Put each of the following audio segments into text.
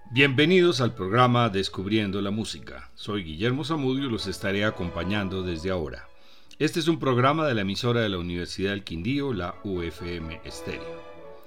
Bienvenidos al programa Descubriendo la Música. Soy Guillermo Zamudio y los estaré acompañando desde ahora. Este es un programa de la emisora de la Universidad del Quindío, la UFM Estéreo.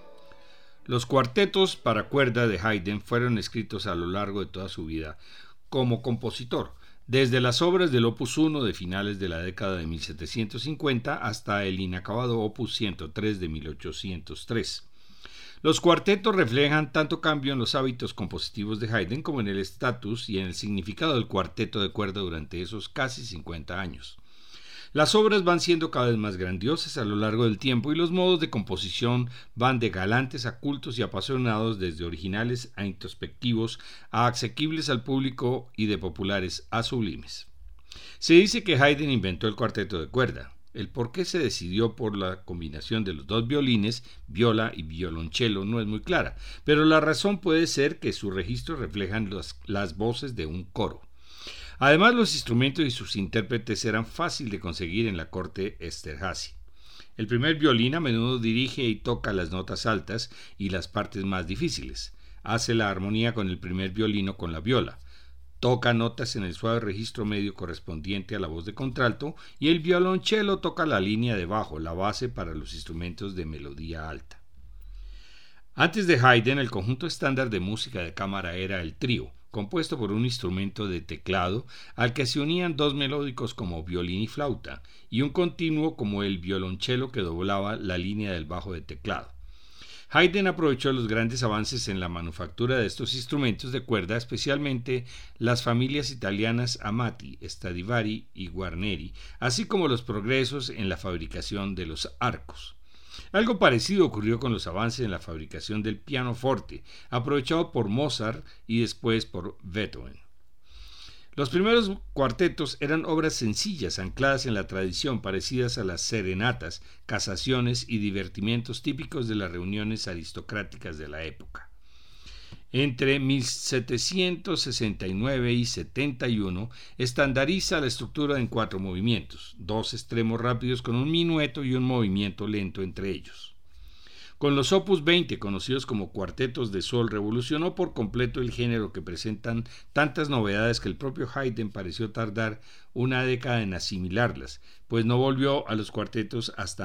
Los cuartetos para cuerda de Haydn fueron escritos a lo largo de toda su vida como compositor, desde las obras del Opus 1 de finales de la década de 1750 hasta el inacabado Opus 103 de 1803. Los cuartetos reflejan tanto cambio en los hábitos compositivos de Haydn como en el estatus y en el significado del cuarteto de cuerda durante esos casi 50 años. Las obras van siendo cada vez más grandiosas a lo largo del tiempo y los modos de composición van de galantes a cultos y apasionados, desde originales a introspectivos, a asequibles al público y de populares a sublimes. Se dice que Haydn inventó el cuarteto de cuerda. El por qué se decidió por la combinación de los dos violines, viola y violonchelo, no es muy clara, pero la razón puede ser que sus registros reflejan las voces de un coro. Además, los instrumentos y sus intérpretes eran fácil de conseguir en la corte Esterházy. El primer violín a menudo dirige y toca las notas altas y las partes más difíciles. Hace la armonía con el primer violino con la viola. Toca notas en el suave registro medio correspondiente a la voz de contralto y el violonchelo toca la línea de bajo, la base para los instrumentos de melodía alta. Antes de Haydn, el conjunto estándar de música de cámara era el trío, compuesto por un instrumento de teclado al que se unían dos melódicos como violín y flauta, y un continuo como el violonchelo que doblaba la línea del bajo de teclado. Haydn aprovechó los grandes avances en la manufactura de estos instrumentos de cuerda, especialmente las familias italianas Amati, Stradivari y Guarneri, así como los progresos en la fabricación de los arcos. Algo parecido ocurrió con los avances en la fabricación del pianoforte, aprovechado por Mozart y después por Beethoven. Los primeros cuartetos eran obras sencillas, ancladas en la tradición, parecidas a las serenatas, casaciones y divertimientos típicos de las reuniones aristocráticas de la época. Entre 1769 y 71 estandariza la estructura en 4 movimientos, 2 extremos rápidos con un minueto y un movimiento lento entre ellos. Con los Opus 20, conocidos como cuartetos de sol, revolucionó por completo el género, que presentan tantas novedades que el propio Haydn pareció tardar una década en asimilarlas, pues no volvió a los cuartetos hasta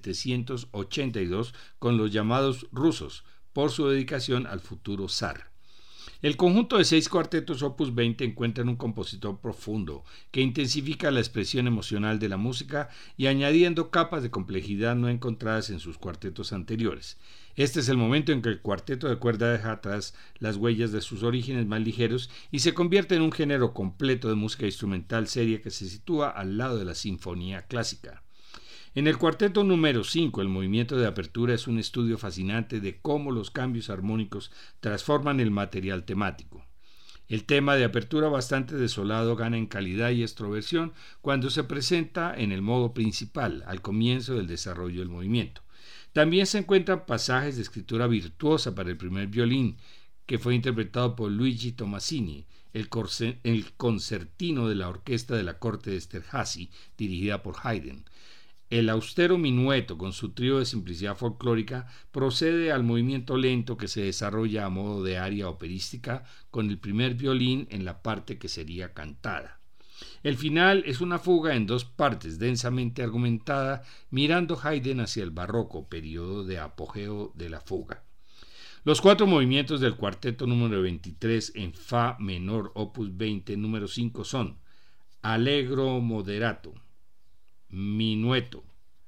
1782 con los llamados rusos, por su dedicación al futuro zar. El conjunto de 6 cuartetos Opus 20 encuentran un compositor profundo que intensifica la expresión emocional de la música y añadiendo capas de complejidad no encontradas en sus cuartetos anteriores. Este es el momento en que el cuarteto de cuerda deja atrás las huellas de sus orígenes más ligeros y se convierte en un género completo de música instrumental seria que se sitúa al lado de la sinfonía clásica. En el cuarteto número 5, el movimiento de apertura es un estudio fascinante de cómo los cambios armónicos transforman el material temático. El tema de apertura, bastante desolado, gana en calidad y extroversión cuando se presenta en el modo principal, al comienzo del desarrollo del movimiento. También se encuentran pasajes de escritura virtuosa para el primer violín, que fue interpretado por Luigi Tomasini, el concertino de la orquesta de la corte de Esterházy, dirigida por Haydn. El austero minueto, con su trío de simplicidad folclórica, procede al movimiento lento que se desarrolla a modo de aria operística con el primer violín en la parte que sería cantada. El final es una fuga en 2 partes, densamente argumentada, mirando Haydn hacia el barroco, periodo de apogeo de la fuga. Los 4 movimientos del cuarteto número 23 en Fa menor, opus 20, número 5 son Allegro moderato, Minueto,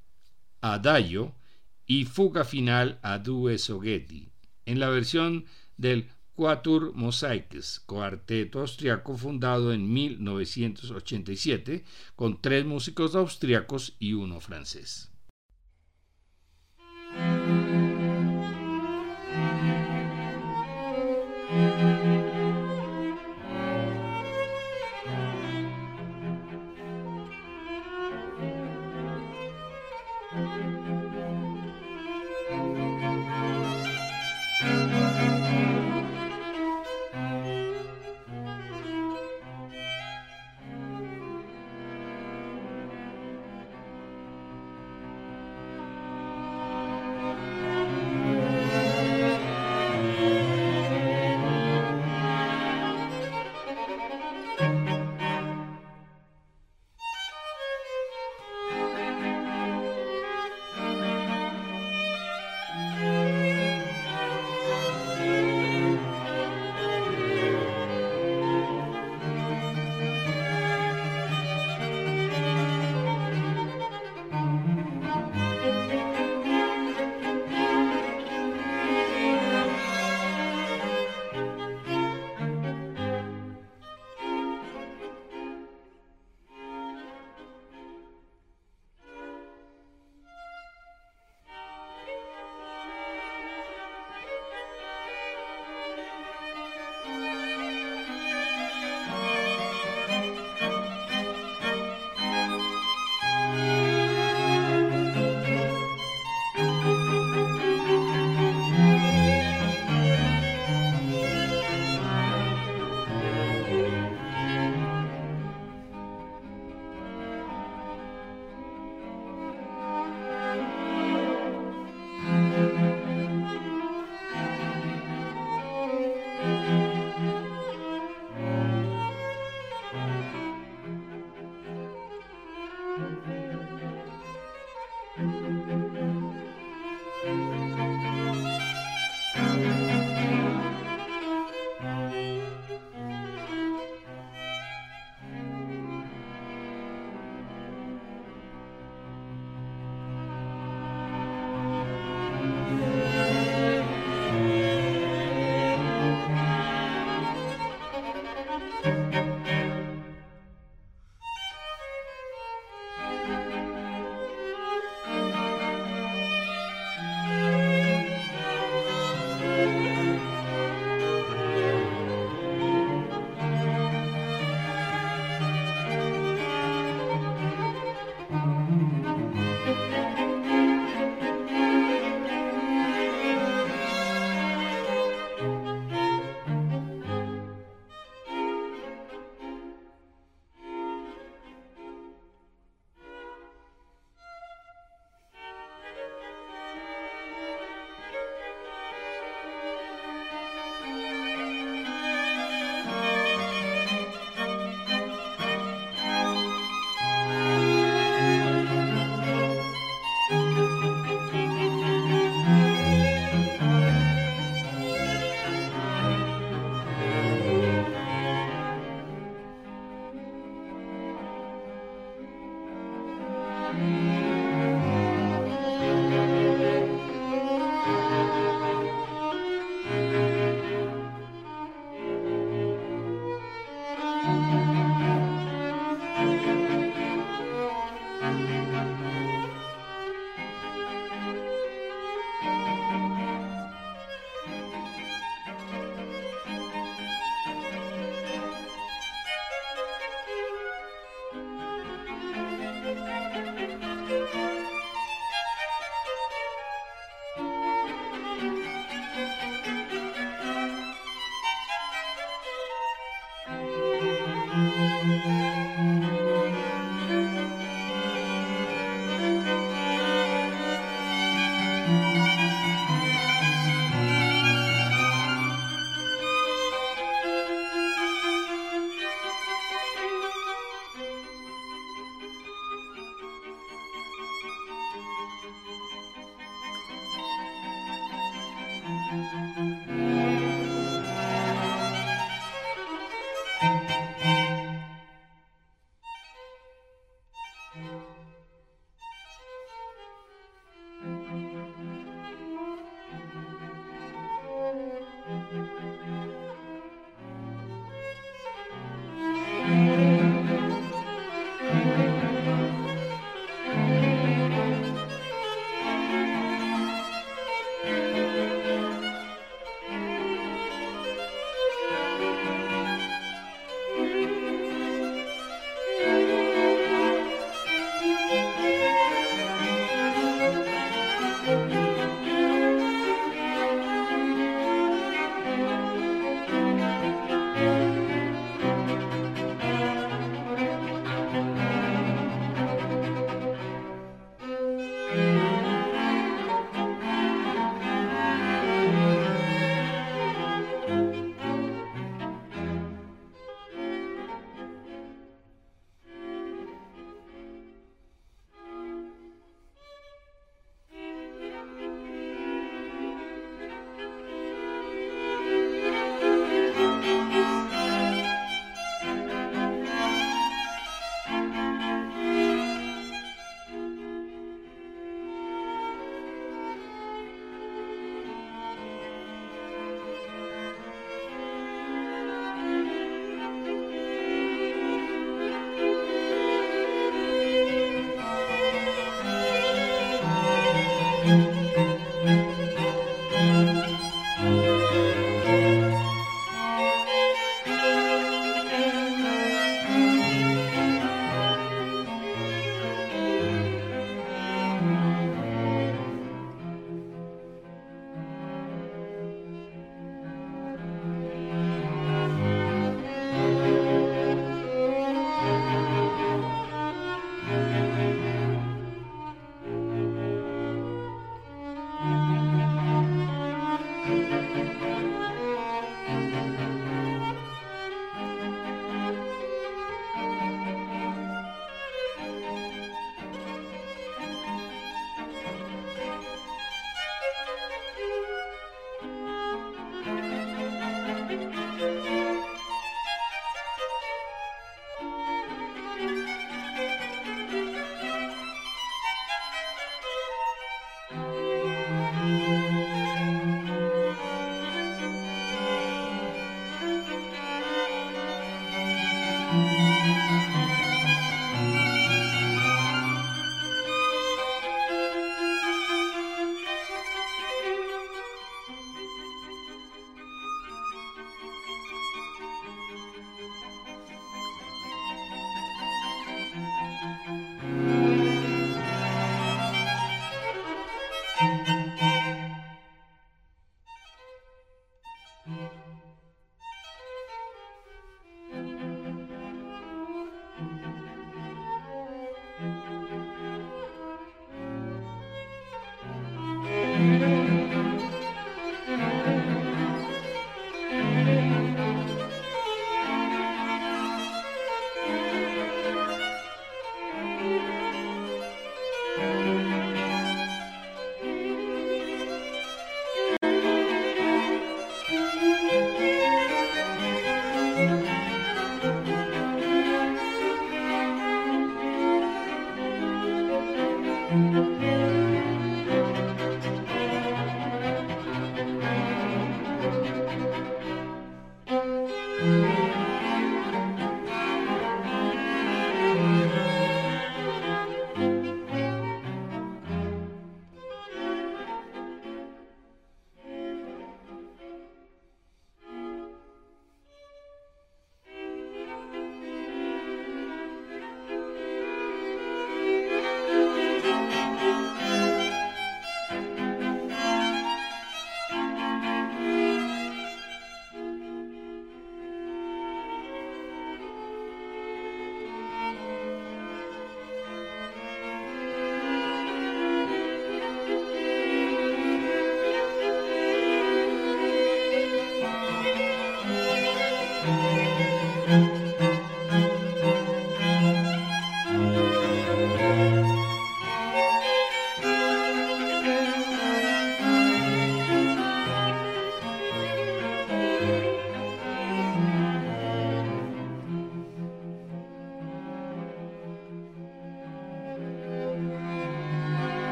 Adagio y fuga final a due soggetti, en la versión del Quatuor Mosaicos, cuarteto austriaco fundado en 1987 con 3 músicos austriacos y 1 francés.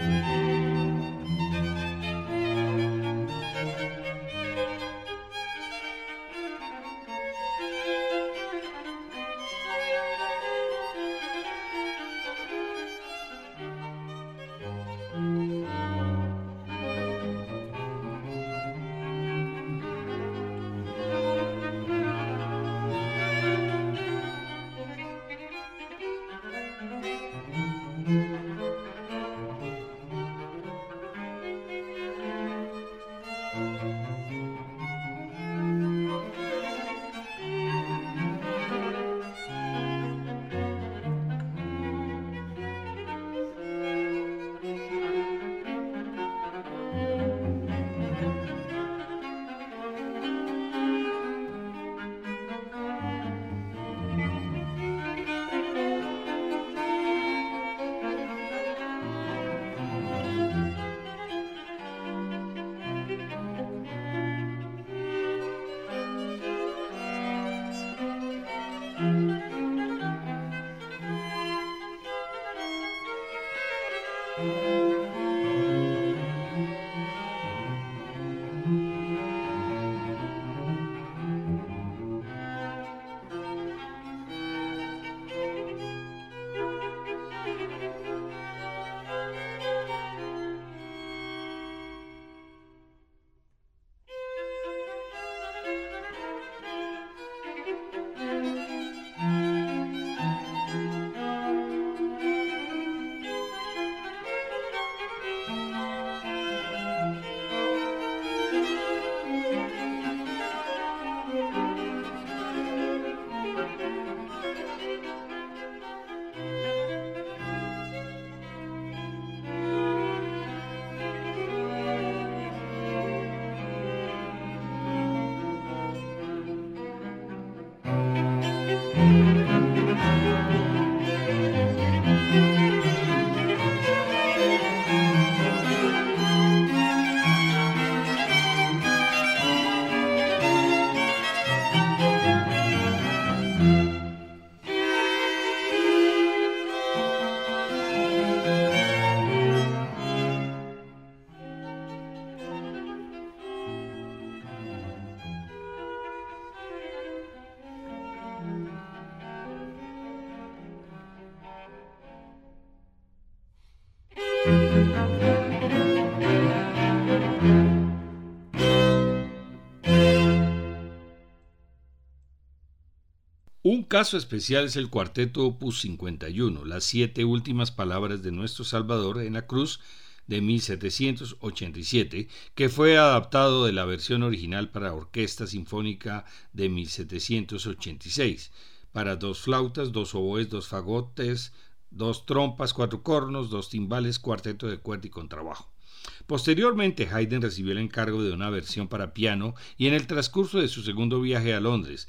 Un caso especial es el cuarteto Opus 51, las 7 últimas palabras de nuestro Salvador en la cruz de 1787, que fue adaptado de la versión original para orquesta sinfónica de 1786, para 2 flautas, 2 oboes, 2 fagotes, 2 trompas, 4 cornos, 2 timbales, cuarteto de cuerda y contrabajo. Posteriormente, Haydn recibió el encargo de una versión para piano y en el transcurso de su segundo viaje a Londres,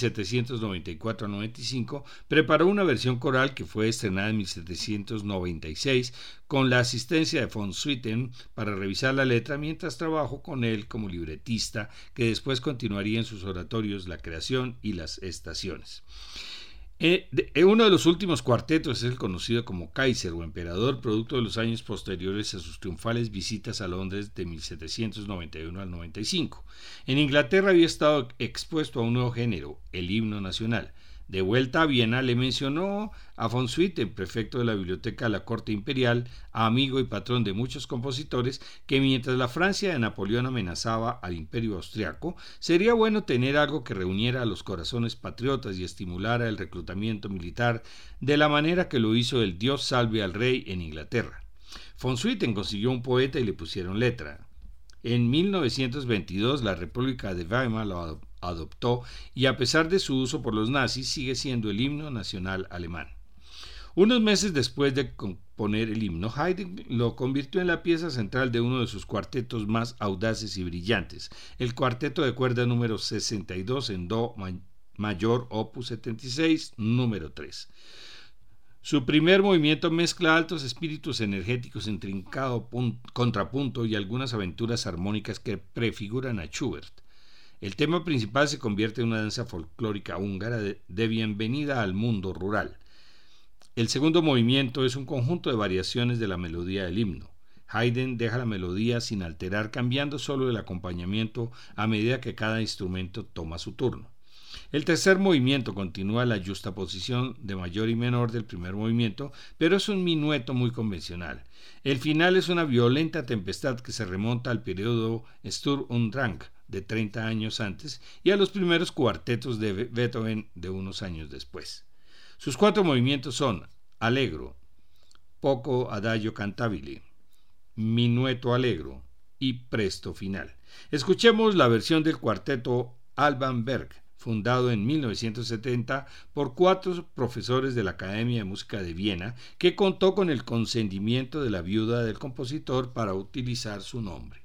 1794-95, preparó una versión coral que fue estrenada en 1796 con la asistencia de von Swieten para revisar la letra mientras trabajó con él como libretista, que después continuaría en sus oratorios La Creación y Las Estaciones. Uno de los últimos cuartetos es el conocido como Kaiser o Emperador, producto de los años posteriores a sus triunfales visitas a Londres de 1791 al 95. En Inglaterra había estado expuesto a un nuevo género, el himno nacional. De vuelta a Viena le mencionó a von Swieten, prefecto de la Biblioteca de la Corte Imperial, amigo y patrón de muchos compositores, que mientras la Francia de Napoleón amenazaba al Imperio Austriaco, sería bueno tener algo que reuniera a los corazones patriotas y estimulara el reclutamiento militar de la manera que lo hizo el Dios salve al rey en Inglaterra. Von Swieten consiguió un poeta y le pusieron letra. En 1922 la República de Weimar lo adoptó y a pesar de su uso por los nazis sigue siendo el himno nacional alemán. Unos meses después de componer el himno, Haydn lo convirtió en la pieza central de uno de sus cuartetos más audaces y brillantes, el cuarteto de cuerda número 62 en Do mayor opus 76, número 3. Su primer movimiento mezcla altos espíritus energéticos, intrincado contrapunto y algunas aventuras armónicas que prefiguran a Schubert. El tema principal se convierte en una danza folclórica húngara de bienvenida al mundo rural. El segundo movimiento es un conjunto de variaciones de la melodía del himno. Haydn deja la melodía sin alterar, cambiando solo el acompañamiento a medida que cada instrumento toma su turno. El tercer movimiento continúa la justaposición de mayor y menor del primer movimiento, pero es un minueto muy convencional. El final es una violenta tempestad que se remonta al periodo Sturm und Drang de 30 años antes y a los primeros cuartetos de Beethoven de unos años después. Sus 4 movimientos son Allegro, Poco adagio cantabile, Minueto allegro y Presto final. Escuchemos la versión del cuarteto Alban Berg, fundado en 1970 por 4 profesores de la Academia de Música de Viena, que contó con el consentimiento de la viuda del compositor para utilizar su nombre.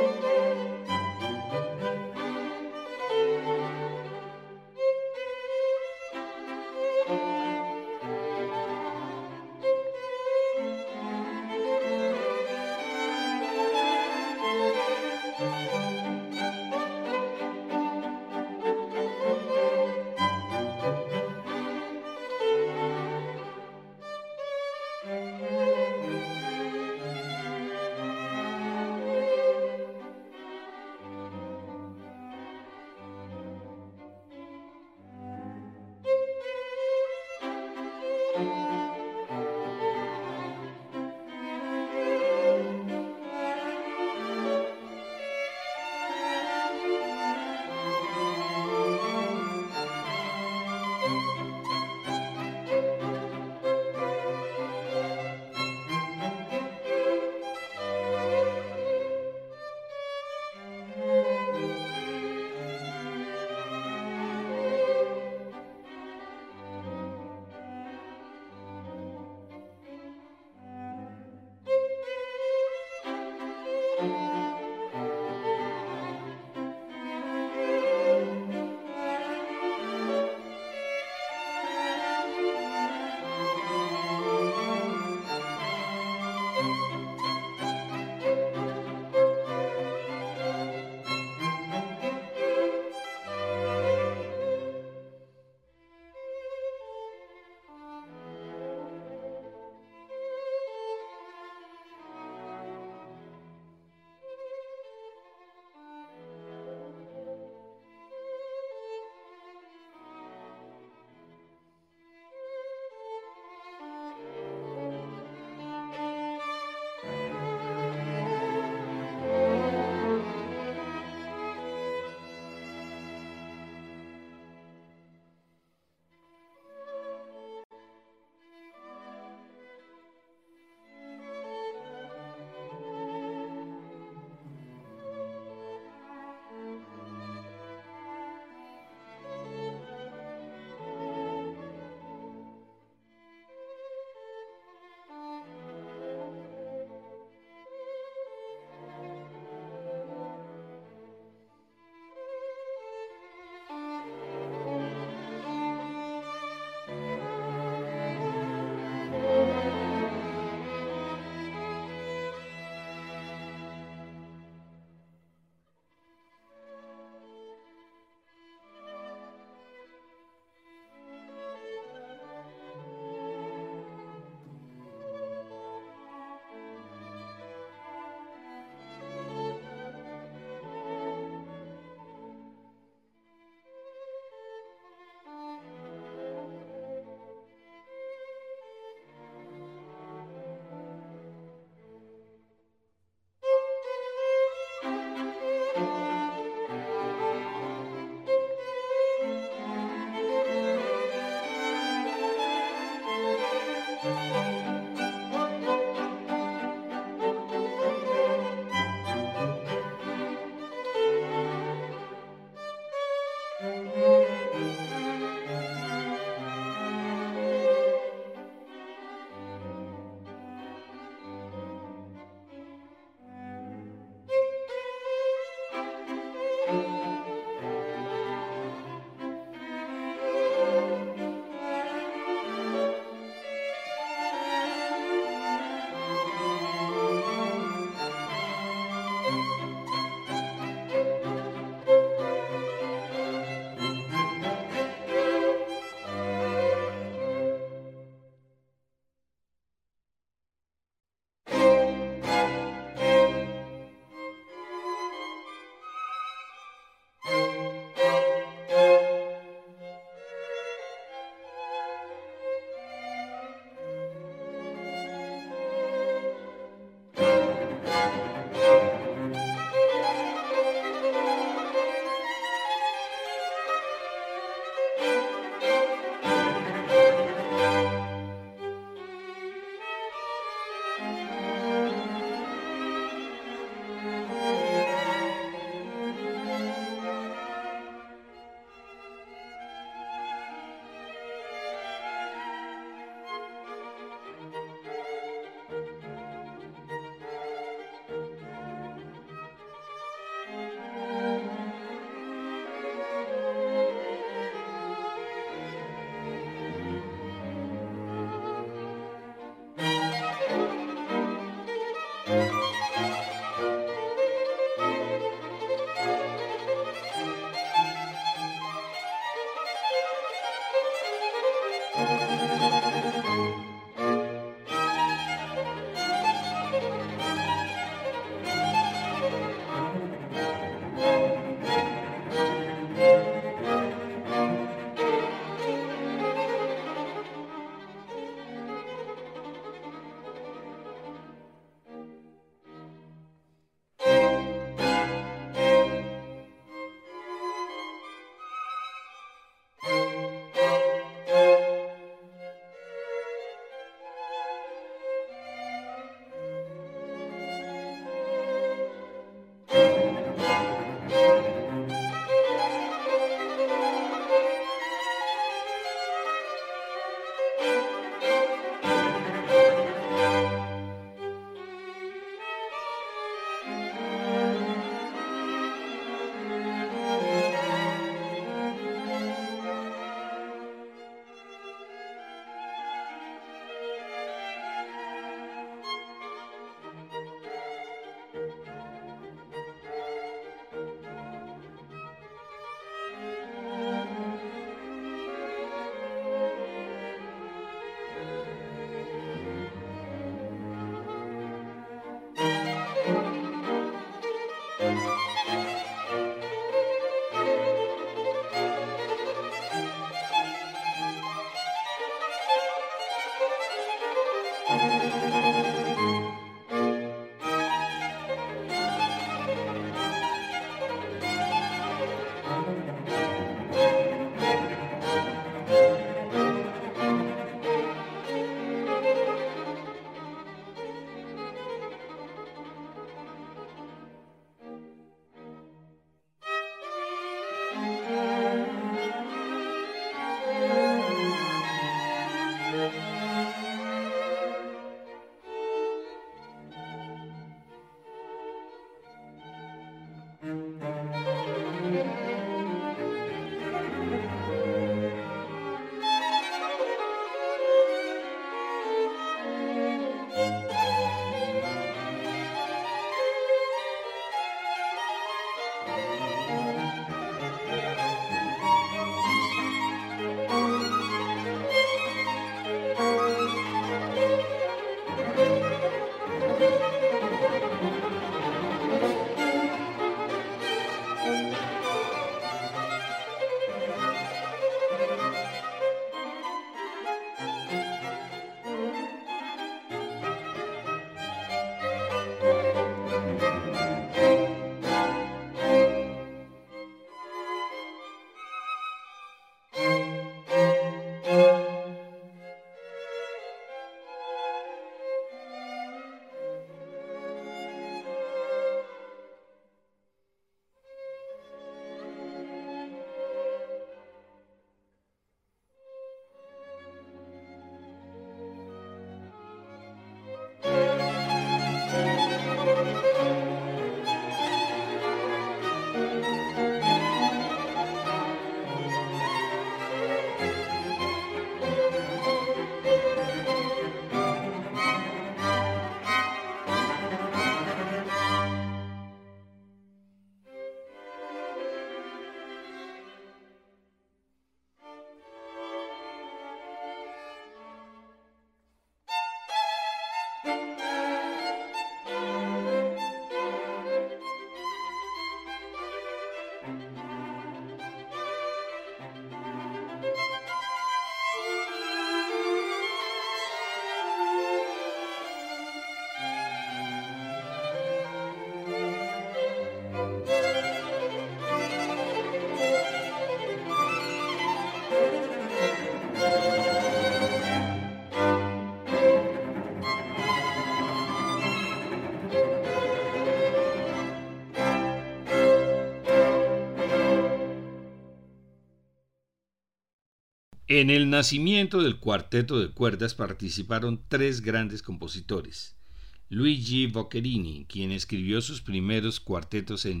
En el nacimiento del cuarteto de cuerdas participaron tres grandes compositores. Luigi Boccherini, quien escribió sus primeros cuartetos en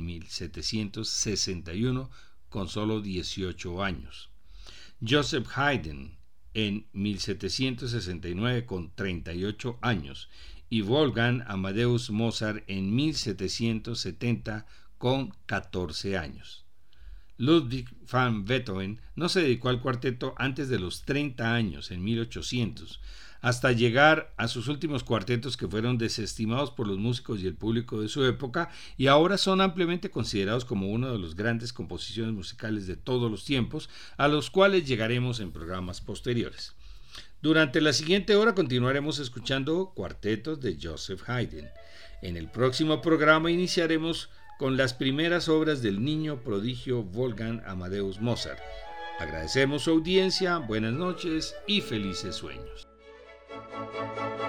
1761 con solo 18 años. Joseph Haydn en 1769 con 38 años y Wolfgang Amadeus Mozart en 1770 con 14 años. Ludwig van Beethoven no se dedicó al cuarteto antes de los 30 años, en 1800, hasta llegar a sus últimos cuartetos que fueron desestimados por los músicos y el público de su época y ahora son ampliamente considerados como una de las grandes composiciones musicales de todos los tiempos, a los cuales llegaremos en programas posteriores. Durante la siguiente hora continuaremos escuchando cuartetos de Joseph Haydn. En el próximo programa iniciaremos con las primeras obras del niño prodigio Wolfgang Amadeus Mozart. Agradecemos su audiencia, buenas noches y felices sueños.